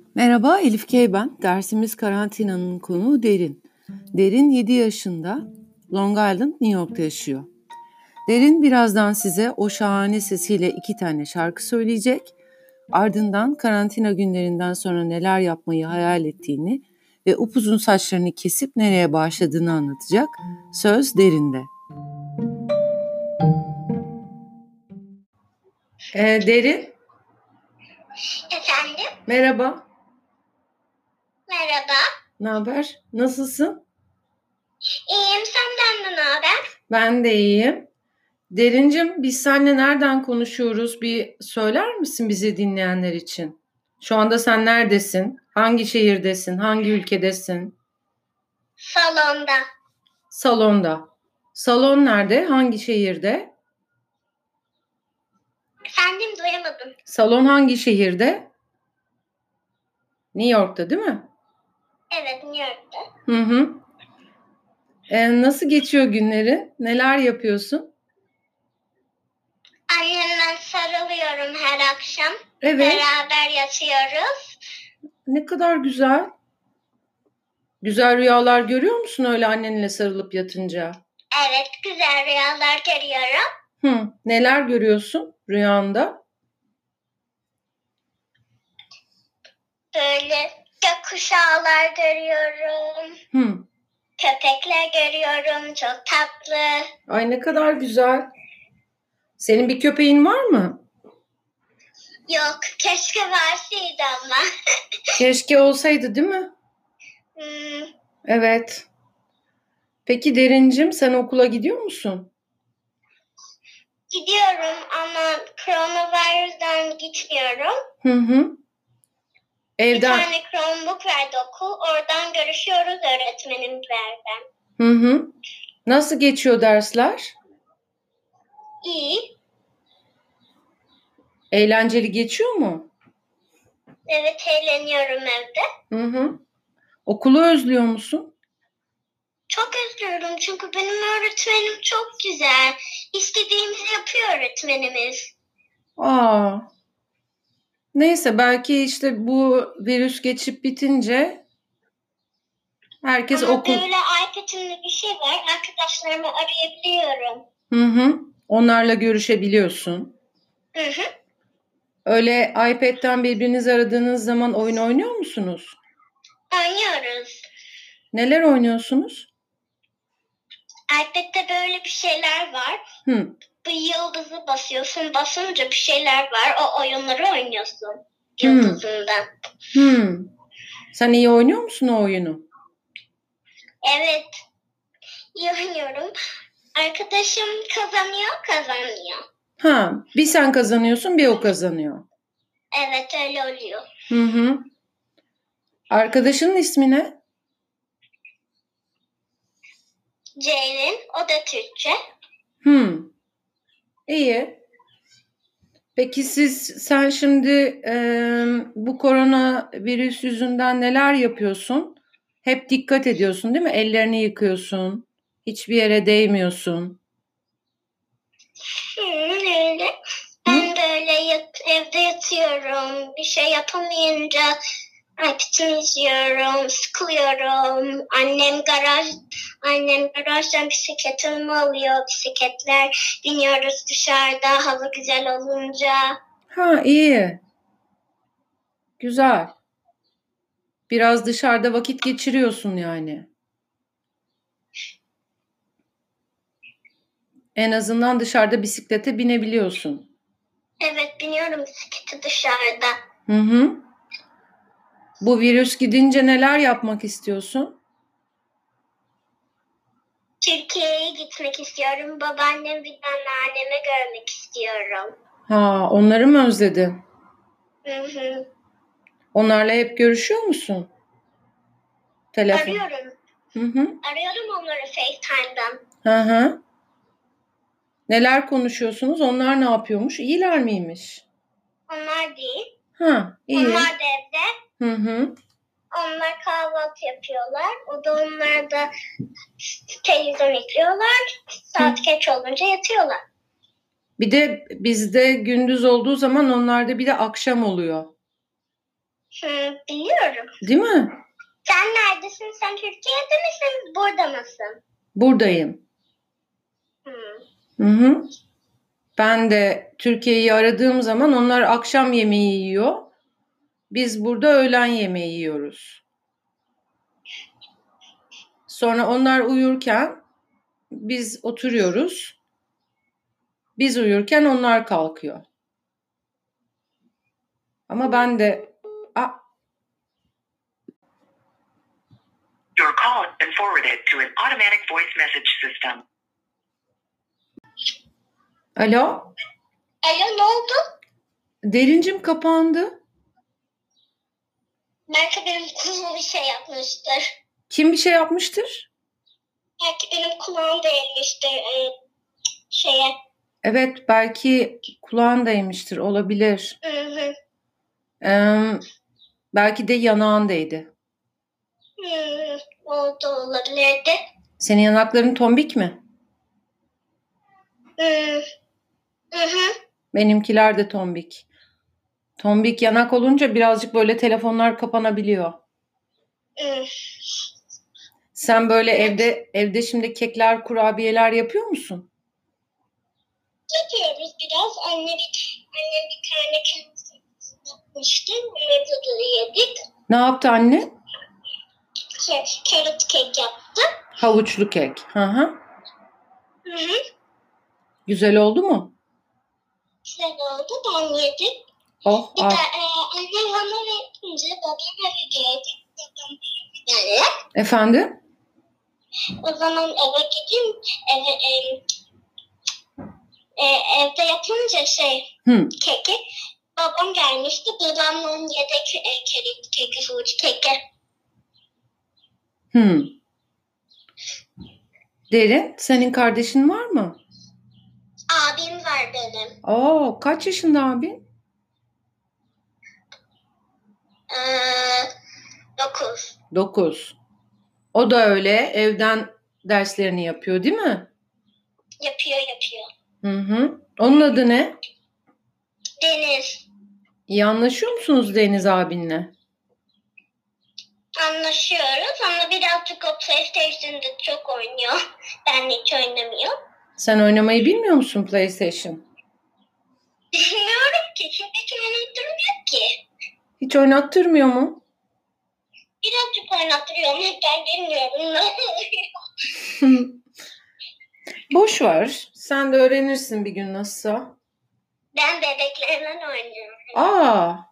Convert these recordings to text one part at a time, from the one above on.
Merhaba, Elif K. ben. Dersimiz karantinanın konuğu Derin. Derin 7 yaşında, Long Island, New York'ta yaşıyor. Derin birazdan size o şahane sesiyle 2 tane şarkı söyleyecek. Ardından karantina günlerinden sonra neler yapmayı hayal ettiğini ve upuzun saçlarını kesip nereye başladığını anlatacak. Söz Derin'de. Derin. Efendim? Merhaba. Merhaba. Ne haber? Nasılsın? İyiyim. Senden de ne haber? Ben de iyiyim. Derincim, biz seninle nereden konuşuyoruz? Bir söyler misin bizi dinleyenler için? Şu anda sen neredesin? Hangi şehirdesin? Hangi ülkedesin? Salonda. Salonda. Salon nerede? Hangi şehirde? Efendim, duyamadım. Salon hangi şehirde? New York'ta değil mi? Evet, New York'ta. Hı. Nasıl geçiyor günleri? Neler yapıyorsun? Annemle sarılıyorum her akşam. Evet. Beraber yatıyoruz. Ne kadar güzel. Güzel rüyalar görüyor musun öyle annenle sarılıp yatınca? Evet, güzel rüyalar görüyorum. Neler görüyorsun rüyanda? Böyle gökkuşağlar görüyorum. Köpekler görüyorum. Çok tatlı. Ay ne kadar güzel. Senin bir köpeğin var mı? Yok, keşke varsaydı ama. Keşke olsaydı değil mi? Evet. Peki Derincim, sen okula gidiyor musun? Gidiyorum ama koronavirüsten gitmiyorum. Evden... Bir tane Chromebook verdi okul. Oradan görüşüyoruz öğretmenimlerden. Nasıl geçiyor dersler? İyi. Eğlenceli geçiyor mu? Evet, eğleniyorum evde. Okulu özlüyor musun? Çok özlüyorum çünkü benim öğretmenim çok güzel. İstediğimizi yapıyor öğretmenimiz. Neyse, belki işte bu virüs geçip bitince herkes ama okul... Ama böyle iPad'imde bir şey var. Arkadaşlarımı arayabiliyorum. Onlarla görüşebiliyorsun. Öyle iPad'den birbirinizi aradığınız zaman oyun oynuyor musunuz? Oynuyoruz. Neler oynuyorsunuz? iPad'de böyle bir şeyler var. Bu yıldızı basıyorsun. Basınca bir şeyler var. O oyunları oynuyorsun. Yıldızından. Sen iyi oynuyor musun o oyunu? Evet. İyi oynuyorum. Arkadaşım kazanıyor. Bir sen kazanıyorsun, bir o kazanıyor. Evet, öyle oluyor. Arkadaşının ismi ne? Ceylin. O da Türkçe. İyi. Peki sen şimdi bu koronavirüs yüzünden neler yapıyorsun? Hep dikkat ediyorsun değil mi? Ellerini yıkıyorsun. Hiçbir yere değmiyorsun. Öyle. Ben böyle evde yatıyorum. Bir şey yapamayınca iPad'imi izliyorum, sıkılıyorum. Annem garajdan bisikletimi alıyor. Bisikletler biniyoruz dışarıda hava güzel olunca. İyi. Güzel. Biraz dışarıda vakit geçiriyorsun yani. En azından dışarıda bisiklete binebiliyorsun. Evet, biniyorum bisiklete dışarıda. Bu virüs gidince neler yapmak istiyorsun? Türkiye'ye gitmek istiyorum. Babaannem ve anneannemi görmek istiyorum. Onları mı özledin? Onlarla hep görüşüyor musun? Telefon. Arıyorum. Arıyorum onları FaceTime'dan. Neler konuşuyorsunuz? Onlar ne yapıyormuş? İyiler miymiş? Onlar değil. İyi. Onlar da evde. Onlar kahvaltı yapıyorlar. Onlar da televizyon izliyorlar. Saat geç olunca yatıyorlar. Bir de bizde gündüz olduğu zaman onlarda bir de akşam oluyor. Biliyorum. Değil mi? Sen neredesin? Sen Türkiye'de misin? Burada mısın? Buradayım. Hı. Ben de Türkiye'yi aradığım zaman onlar akşam yemeği yiyor. Biz burada öğlen yemeği yiyoruz. Sonra onlar uyurken biz oturuyoruz. Biz uyurken onlar kalkıyor. Ama ben de... Your call has been forwarded to an automatic voice message system. Alo? Alo, ne oldu? Derincim kapandı. Belki benim kulağım bir şey yapmıştır. Kim bir şey yapmıştır? Belki benim kulağım değmiştir şeye. Evet, belki kulağın değmiştir, olabilir. Belki de yanağın değdi. Oldu, olabilirdi. Senin yanakların tombik mi? Benimkiler de tombik. Tombik yanak olunca birazcık böyle telefonlar kapanabiliyor. Sen böyle evde şimdi kekler, kurabiyeler yapıyor musun? Yapıyoruz biraz. Annem bir tane kendisi yapmıştı. Onları da yedik. Ne yaptı anne? Carrot kek yaptı. Havuçlu kek. Hı. Güzel oldu mu? Güzel oldu. Ben yedim. Oh, bir de annem bana verince babam eve geldi. Yani. Efendim? O zaman eve gideyim. Evde yapınca keki. Babam gelmişti. Babamla yedek carrot keki, havuç keki. Derin, senin kardeşin var mı? Abim var benim. Kaç yaşında abin? 9. 9. O da öyle evden derslerini yapıyor değil mi? Yapıyor. Hı. Onun adı ne? Deniz. İyi anlaşıyor musunuz Deniz abinle? Anlaşıyoruz ama birazcık o PlayStation'da çok oynuyor. Ben hiç oynamıyorum. Sen oynamayı bilmiyor musun PlayStation? Bilmiyorum ki. Çünkü hiç oynattırmıyor ki. Hiç oynattırmıyor mu? Birazcık oynattırıyor ama ben bilmiyorum. Boş ver. Sen de öğrenirsin bir gün nasılsa. Ben bebeklerle oynuyorum.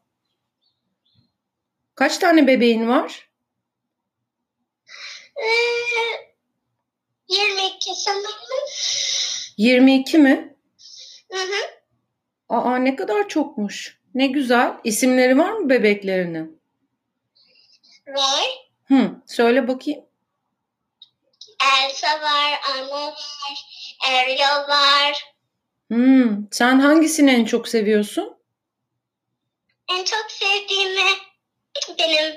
Kaç tane bebeğin var? 22 sanırım. 22 mi? Hı. Ne kadar çokmuş. Ne güzel. İsimleri var mı bebeklerinin? Var. Söyle bakayım. Elsa var, Anna var, Ariel var. Sen hangisini en çok seviyorsun? En çok sevdiğimi benim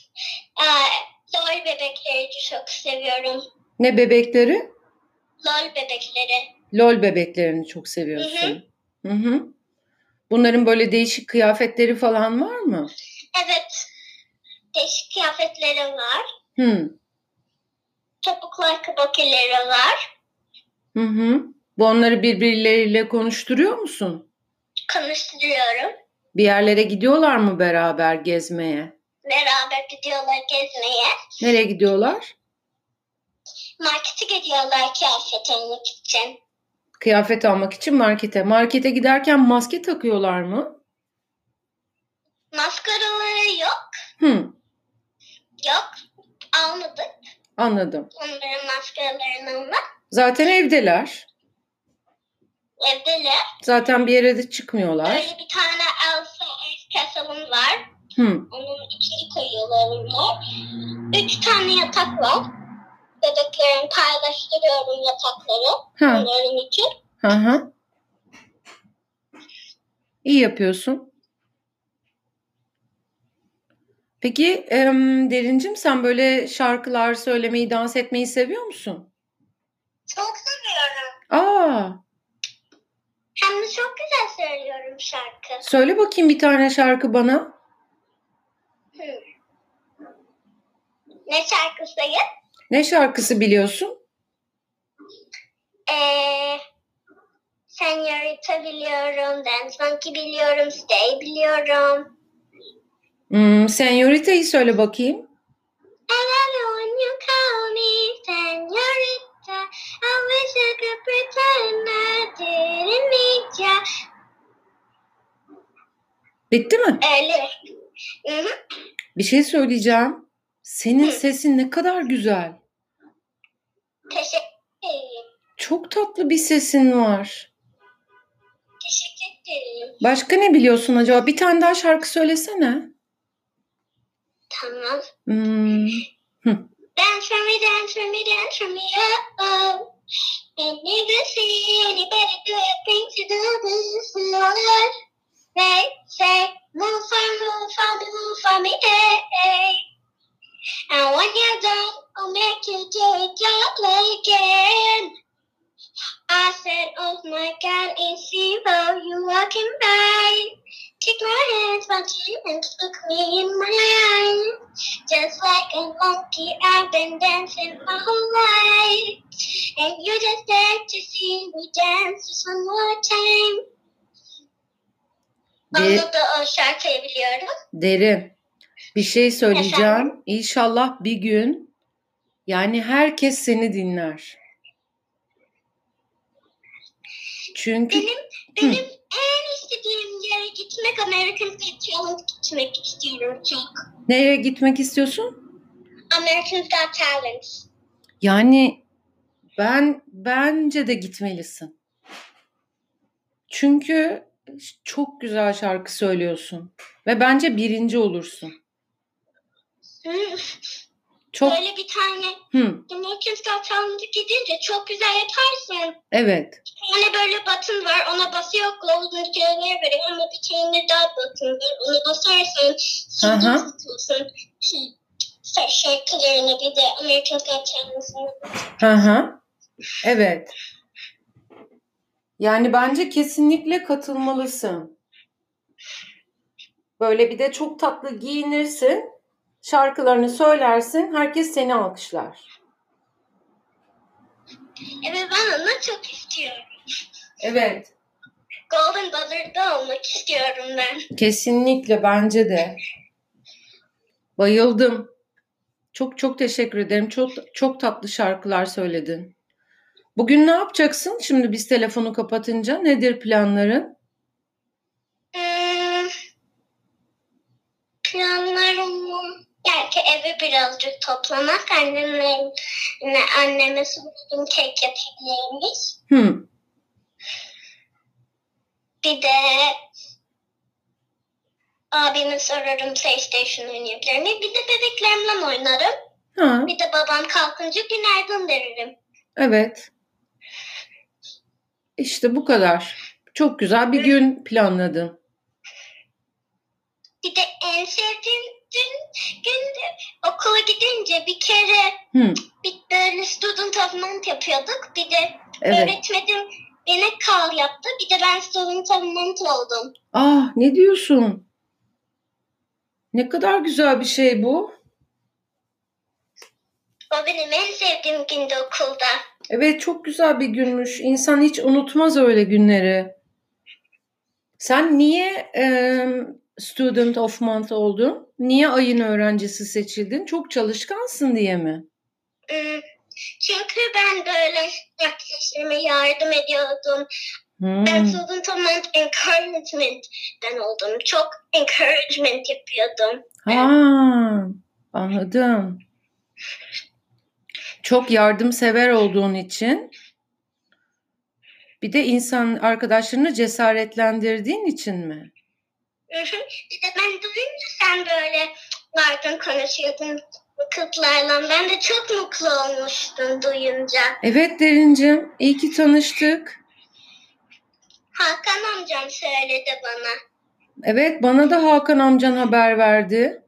LOL bebekleri çok seviyorum. Ne bebekleri? LOL bebekleri. LOL bebeklerini çok seviyorsun. Hı. Bunların böyle değişik kıyafetleri falan var mı? Evet. Değişik kıyafetleri var. Topuklu ayakkabıları var. Bu onları birbirleriyle konuşturuyor musun? Konuşturuyorum. Bir yerlere gidiyorlar mı beraber gezmeye? Beraber gidiyorlar gezmeye. Nereye gidiyorlar? Markete gidiyorlar kıyafet almak için. Kıyafet almak için markete. Markete giderken maske takıyorlar mı? Maskaraları yok. Yok. Almadık. Anladım. Onların maskaralarını almak. Zaten evdeler. Evdeler. Zaten bir yere de çıkmıyorlar. Öyle bir tane Elsa Castle var. Onun içine koyuyorlar onlar. 3 tane yatak var. Bebeklerin paylaştırıyorum yatakları. Onların için. İyi yapıyorsun. Peki Derincim, sen böyle şarkılar söylemeyi, dans etmeyi seviyor musun? Çok seviyorum. Hem de çok güzel söylüyorum şarkı. Söyle bakayım bir tane şarkı bana. Ne şarkısıyım? Ne şarkısı biliyorsun? Senorita biliyorum, Dance Monkey biliyorum, Stay biliyorum. Senyorita'yı söyle bakayım. I love you when you call me senorita. I wish I could pretend I didn't meet ya. Bitti mi? Öyle. Hı-hı. Bir şey söyleyeceğim. Senin sesin ne kadar güzel. Teşekkür ederim. Çok tatlı bir sesin var. Teşekkür ederim. Başka ne biliyorsun acaba? Bir tane daha şarkı söylesene. Tamam. Dance for me, dance for me, dance for me, oh. And never see anybody do a thing to do this, Lord. They say, move for me, hey, hey. And when you're done, I'll make you do it just like again. I said, oh my God, it's Zero, you walking by. Take my hands, my chin, and look me in my eyes. Just like a monkey, I've been dancing my whole life. And you're just there to see me dance just one more time. Onu da o şarkıyı biliyorum. Derin, bir şey söyleyeceğim. İnşallah bir gün yani herkes seni dinler. Çünkü benim en istediğim yere gitmek, American Got Talent gitmek istiyorum çok. Nereye gitmek istiyorsun? American Got Talent. Yani bence de gitmelisin. Çünkü çok güzel şarkı söylüyorsun ve bence birinci olursun. Çok... Böyle bir tane American Got Talent'a gidince çok güzel yaparsın. Evet. Hani böyle button var, ona basıyor, golden şeyler veriyor ama bir tane daha button var, ona basarsan sonra tutulsun. Şarkılarını bir de American Got Talent'ını. Evet. Yani bence kesinlikle katılmalısın. Böyle bir de çok tatlı giyinirsin, şarkılarını söylersin, herkes seni alkışlar. Evet, ben onu çok istiyorum. Evet. Golden Buzzard'da olmak istiyorum ben. Kesinlikle, bence de. Bayıldım. Çok çok teşekkür ederim. Çok tatlı şarkılar söyledin. Bugün ne yapacaksın? Şimdi biz telefonu kapatınca nedir planların? Planlarım belki evi birazcık toplamak, anneme sorarım kek yapabilir miyiz? Bir de abime sorarım PlayStation oynayabilir mi? Bir de bebeklerimle oynarım. Bir de babam kalkınca günaydın derim. Evet. İşte bu kadar. Çok güzel bir gün planladın. Bir de en sevdiğim gündü. Okula gidince bir kere bir böyle student of month yapıyorduk. Bir de öğretmenim beni kal yaptı. Bir de ben student of month oldum. Ne diyorsun? Ne kadar güzel bir şey bu. O benim en sevdiğim gündü okulda. Evet, çok güzel bir günmüş. İnsan hiç unutmaz öyle günleri. Sen niye Student of Month oldun? Niye ayın öğrencisi seçildin? Çok çalışkansın diye mi? Çünkü ben böyle arkadaşlarıma yardım ediyordum. Ben Student of Month Encouragement'den oldum. Çok encouragement yapıyordum. Anladım. Çok yardımsever olduğun için, bir de insan arkadaşlarını cesaretlendirdiğin için mi? Bir de ben duyunca sen böyle vardın konuşuyordun kızlarla. Ben de çok mutlu olmuştum duyunca. Evet Derincim, iyi ki tanıştık. Hakan amcam söyledi bana. Evet, bana da Hakan amcan haber verdi.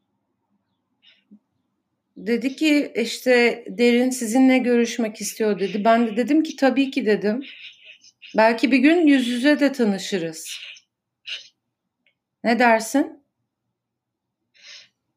Dedi ki işte Derin sizinle görüşmek istiyor dedi. Ben de dedim ki tabii ki dedim. Belki bir gün yüz yüze de tanışırız. Ne dersin?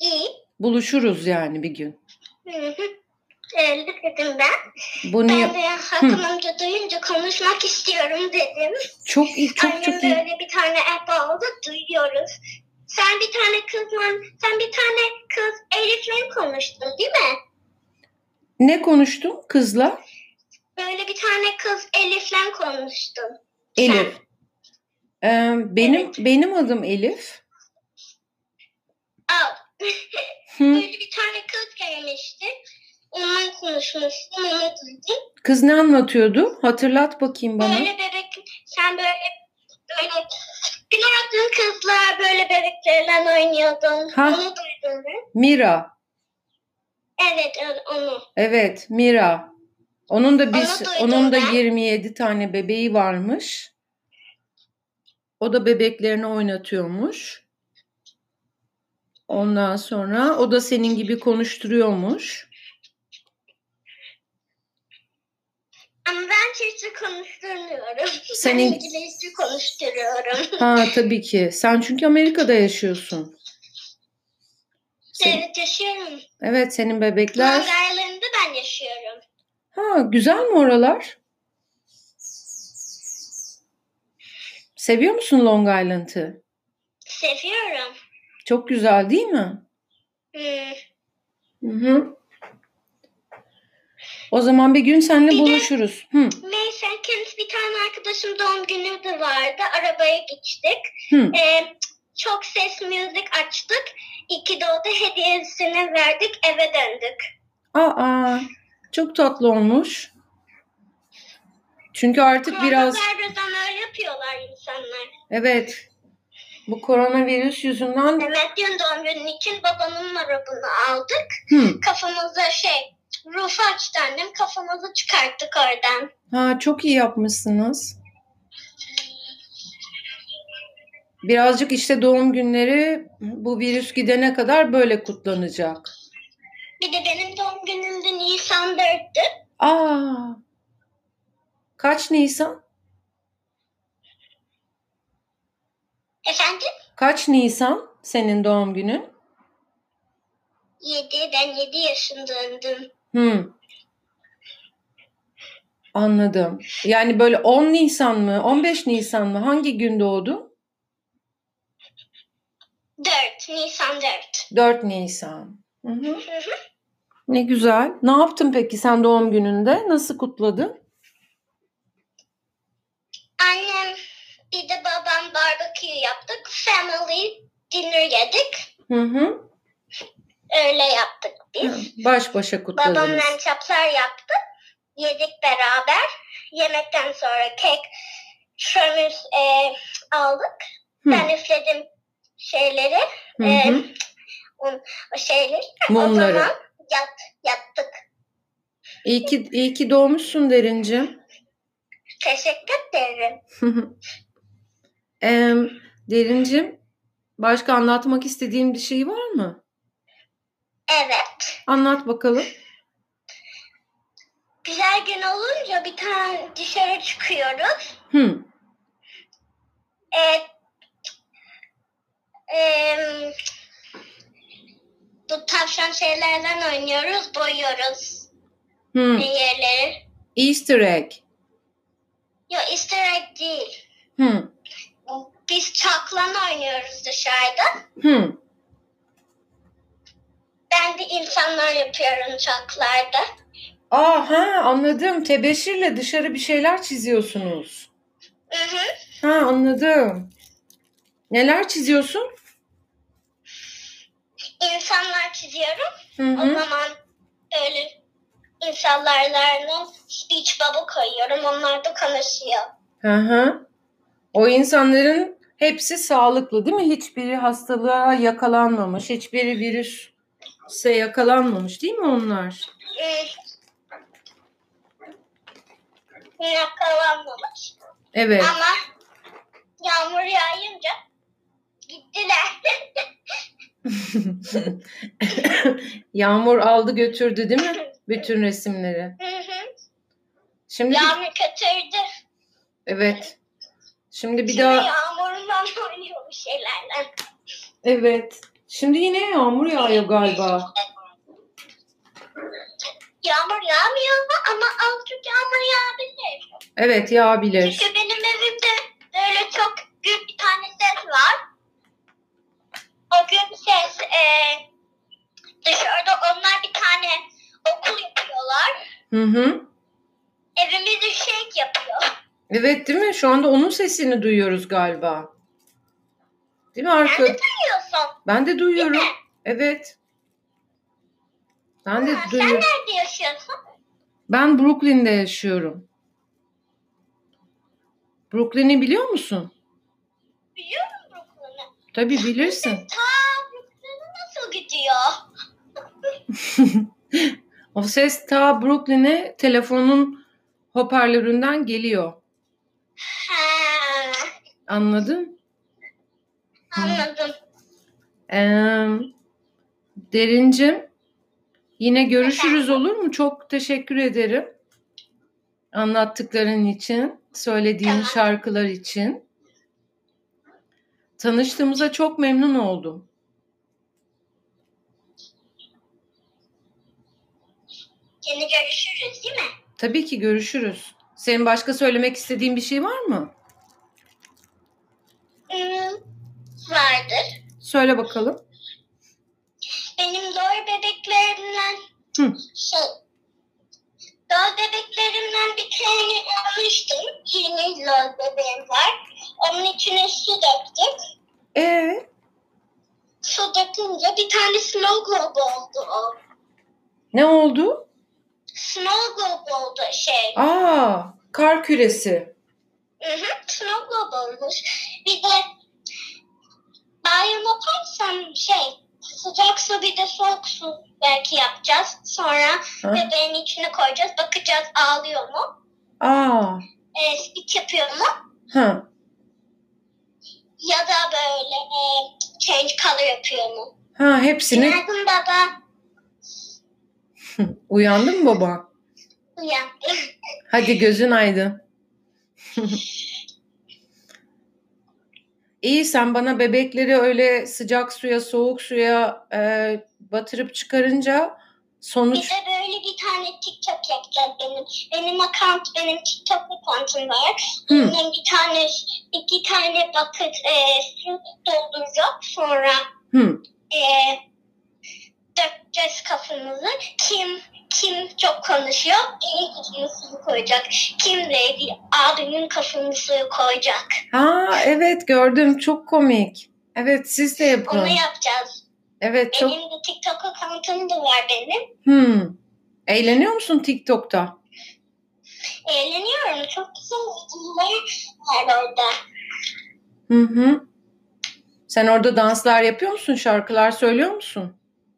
İyi. Buluşuruz yani bir gün. Öyle dedim ben. Bunu Ben de Hakan amca duyunca konuşmak istiyorum dedim. Çok iyi, çok Annem çok iyi. böyle bir tane app aldı, duyuyoruz. Sen bir tane kız Elif'le konuştun değil mi? Ne konuştun kızla? Böyle bir tane kız Elif'le konuştun. Elif. Benim adım Elif. Al. Böyle bir tane kız gelmişti. Onunla konuşmuştum, onu duydum. Kız ne anlatıyordu? Hatırlat bakayım bana. Böyle sen böyle günaydın kızlar, böyle bebeklerle oynuyordun. Onu duydun mu? Mira. Evet, onu. Evet, Mira. Onun da ben. 27 tane bebeği varmış. O da bebeklerini oynatıyormuş. Ondan sonra o da senin gibi konuşturuyormuş. Ama ben hiç konuşturmuyorum. Senin gibi hiç konuşturuyorum. Tabii ki. Sen çünkü Amerika'da yaşıyorsun. Evet, yaşıyorum. Evet, senin bebekler. Long Island'da ben yaşıyorum. Güzel mi oralar? Seviyor musun Long Island'ı? Seviyorum. Çok güzel değil mi? Hı. O zaman bir gün seninle buluşuruz. Neyse, bir tane arkadaşım doğum günü de vardı. Arabaya geçtik. Çok ses müzik açtık. 2'de hediyesini verdik, eve döndük. Çok tatlı olmuş. Çünkü artık biraz... Koronavirüsten öyle yapıyorlar insanlar. Evet. Bu koronavirüs yüzünden... Evet, dün doğum günü için babamın arabını aldık. Kafamıza rufu açtı annem. Kafamızı çıkarttık oradan. Çok iyi yapmışsınız. Birazcık işte doğum günleri bu virüs gidene kadar böyle kutlanacak. Bir de benim doğum günüm de Nisan 4'tü. Kaç Nisan? Efendim? Kaç Nisan senin doğum günün? 7. Ben 7 yaşındaydım. Anladım. Yani böyle 10 Nisan mı? 15 Nisan mı? Hangi gün doğdun? 4. Nisan 4. 4 Nisan. Ne güzel. Ne yaptın peki sen doğum gününde? Nasıl kutladın? Annem bir de babam barbekü yaptık. Family dinner yedik. Öyle yaptık biz. Baş başa kutladınız. Babamla çaplar yaptık. Yedik beraber. Yemekten sonra kek, şömüz aldık. Ben üfledim şeyleri. O şeyleri. Mumları. O zaman yattık. İyi ki doğmuşsun Derincim. Teşekkür ederim. Derincim, başka anlatmak istediğin bir şey var mı? Evet. Anlat bakalım. Güzel gün olunca bir tane dışarı çıkıyoruz. Bu tavşan şeylerden oynuyoruz, boyuyoruz yerleri. Easter egg. Yok, Easter egg değil. Biz çaklan oynuyoruz dışarıda. Ben de insanlar yapıyorum çaklarda. Anladım. Tebeşirle dışarı bir şeyler çiziyorsunuz. Anladım. Neler çiziyorsun? İnsanlar çiziyorum. O zaman öyle insanlarla speech bubble koyuyorum. Onlar da konuşuyor. O insanların hepsi sağlıklı değil mi? Hiçbiri hastalığa yakalanmamış. Hiçbiri virüse yakalanmamış değil mi onlar? Yakalanmamış. Evet. Ama yağmur yağınca gittiler. Yağmur aldı götürdü değil mi? Bütün resimleri. Şimdi yağmur götürdü. Evet. Şimdi Şimdi yağmurdan oynuyor bir şeylerle. Evet. Şimdi yine yağmur yağıyor galiba. Yağmur yağmıyor ama azıcık yağmur yağabilir. Evet, yağabilir. Çünkü benim evimde böyle çok büyük bir tane ses var. O gün ses dışarıda onlar bir tane okul yapıyorlar. Hı. Evimizi shake yapıyor. Evet, değil mi? Şu anda onun sesini duyuyoruz galiba. Değil mi Sen de duyuyorsun. Ben de duyuyorum. Evet. Ben de Sen duyuyorum. nerede yaşıyorsun? Ben Brooklyn'de yaşıyorum. Brooklyn'i biliyor musun? Biliyorum Brooklyn'i. Tabii bilirsin. Brooklyn'e nasıl gidiyor? O ses ta Brooklyn'e telefonun hoparlöründen geliyor. Ha, Anladın? anladım. Derincim, yine görüşürüz, olur mu? Çok teşekkür ederim. Anlattıkların için, söylediğin şarkılar için. Tanıştığımıza çok memnun oldum. Yine görüşürüz değil mi? Tabii ki görüşürüz. Senin başka söylemek istediğin bir şey var mı? Vardır. Söyle bakalım. Benim doğru bebeklerimden doğru bebeklerimden bir tane almıştım. Yeni doğru bebeğim var. Onun içine su döktük. Su dökünce bir tane snow globe oldu o. Ne oldu? Snow globe oldu Kar küresi. Snow globe olmuş. Bir de banyo yaparsam sıcak su bir de soğuk su belki yapacağız. Sonra bebeğin içine koyacağız. Bakacağız ağlıyor mu? Spit yapıyor mu? Ya da böyle change color yapıyor mu? Hepsini. Günaydın baba. Uyandın mı baba? Uyandım. Hadi gözün aydın. İyi, sen bana bebekleri öyle sıcak suya, soğuk suya batırıp çıkarınca sonuç... Bir de böyle bir tane TikTok yapacağız benim TikTok account'um var. Ondan iki tane bucket su dolduracak. Sonra dökeceğiz kafamızı. Kim çok konuşuyor, benim kafamı suyu koyacak. Kim Lady abimin kafamı suyu koyacak. Evet, gördüm, çok komik. Evet, siz de yapın. Onu yapacağız. Evet, benim de TikTok account'um da var benim. Eğleniyor musun TikTok'ta? Eğleniyorum. Çok güzel videolar var orada. Sen orada danslar yapıyor musun? Şarkılar söylüyor musun?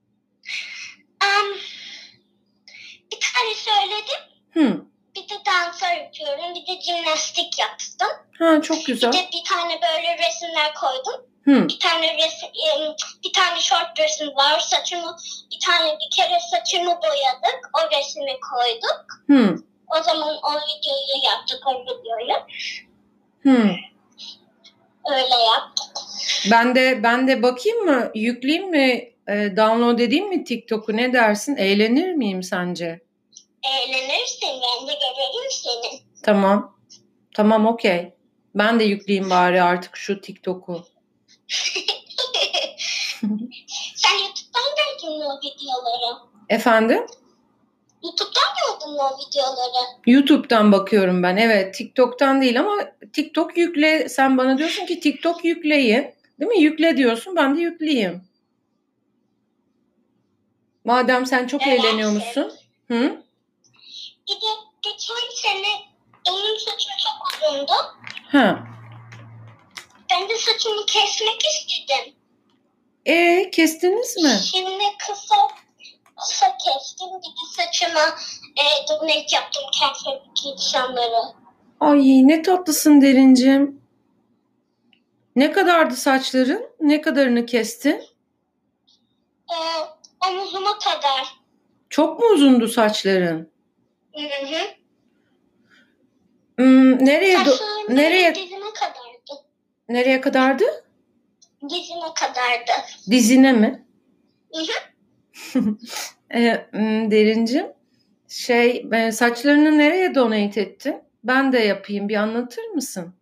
Bir tane söyledim. Bir de danslar yapıyorum. Bir de jimnastik yaptım. Çok güzel. Bir de bir tane böyle resimler koydum. Bir tane short resim var. Bir kere saçımı boyadık. O resmi koyduk. O zaman o videoyu yaptık, o videoyu. Öyle yaptık. Ben de bakayım mı? Yükleyeyim mi? Download edeyim mi TikTok'u? Ne dersin? Eğlenir miyim sence? Eğlenirsin. Ben de görelim seni. Tamam, okey. Ben de yükleyeyim bari artık şu TikTok'u. Sen YouTube'dan gördün mü o videoları? Efendim? YouTube'dan gördün mü o videoları? YouTube'dan bakıyorum ben. Evet, TikTok'tan değil ama TikTok yükle. Sen bana diyorsun ki TikTok yükleyin. Değil mi? Yükle diyorsun. Ben de yükleyeyim. Madem sen çok eğleniyormuşsun. Bir de geçen sene benim saçım çok uzundu. Ben de saçımı kesmek istedim. Kestiniz mi? Şimdi kısa kestim. Bir de saçıma donate yaptım kendi insanları. Ay, ne tatlısın Derincim. Ne kadardı saçların? Ne kadarını kestin? Omuzuma kadar. Çok mu uzundu saçların? Nereye dizime kadardı. Nereye kadardı? Dizine kadardı. Dizine mi? Hı hı. Derincim, saçlarını nereye donate ettin? Ben de yapayım. Bir anlatır mısın?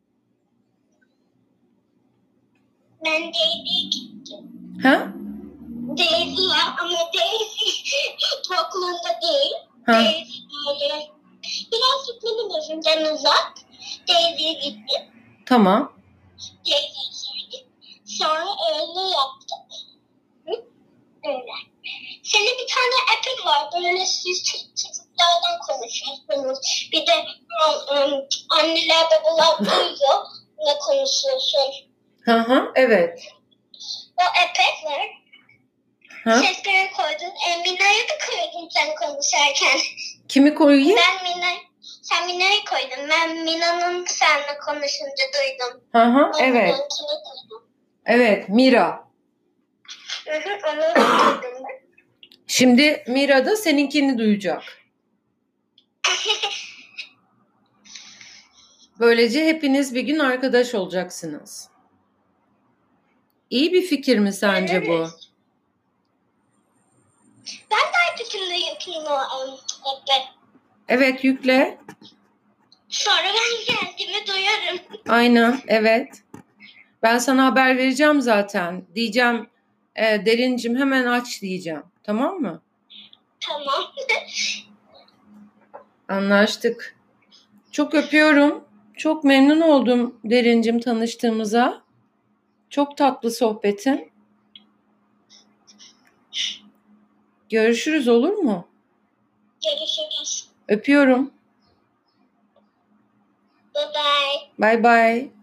Ben Daisy'ye gittim. Ha? Daisy'ye ama Daisy Brooklyn'da değil. Ha. Daisy böyle birazcık benim evimden uzak. Daisy'ye gittim. Tamam. Daisy'ye söyledim. Sonra öyle yaptık. Hı? Öyle. Senin bir tane app'in var. Böyle siz çocuklardan konuşuyorsunuz. Bir de anneler babalar duyuyor. Ne konuşuyorsun? Hı, evet. O app'e var. Ha? Sesleri koydun. Mina'yı da koydun sen konuşarken. Kimi koyayım? Sen Mina'yı koydun. Ben Mina'nın seninle konuşunca duydum. Hı, evet. Duydum. Evet, Mira. Onu duydum ben. Şimdi Mira da seninkini duyacak. Böylece hepiniz bir gün arkadaş olacaksınız. İyi bir fikir mi sence bu? Ben de iPad'imle yapayım o app'e. Evet, yükle. Sonra ben geldiğimi duyarım. Aynen, evet. Ben sana haber vereceğim zaten. Diyeceğim, Derincim hemen aç diyeceğim. Tamam mı? Tamam. Anlaştık. Çok öpüyorum. Çok memnun oldum Derincim tanıştığımıza. Çok tatlı sohbetin. Görüşürüz, olur mu? Görüşürüz. Öpüyorum. Bye bye. Bye bye.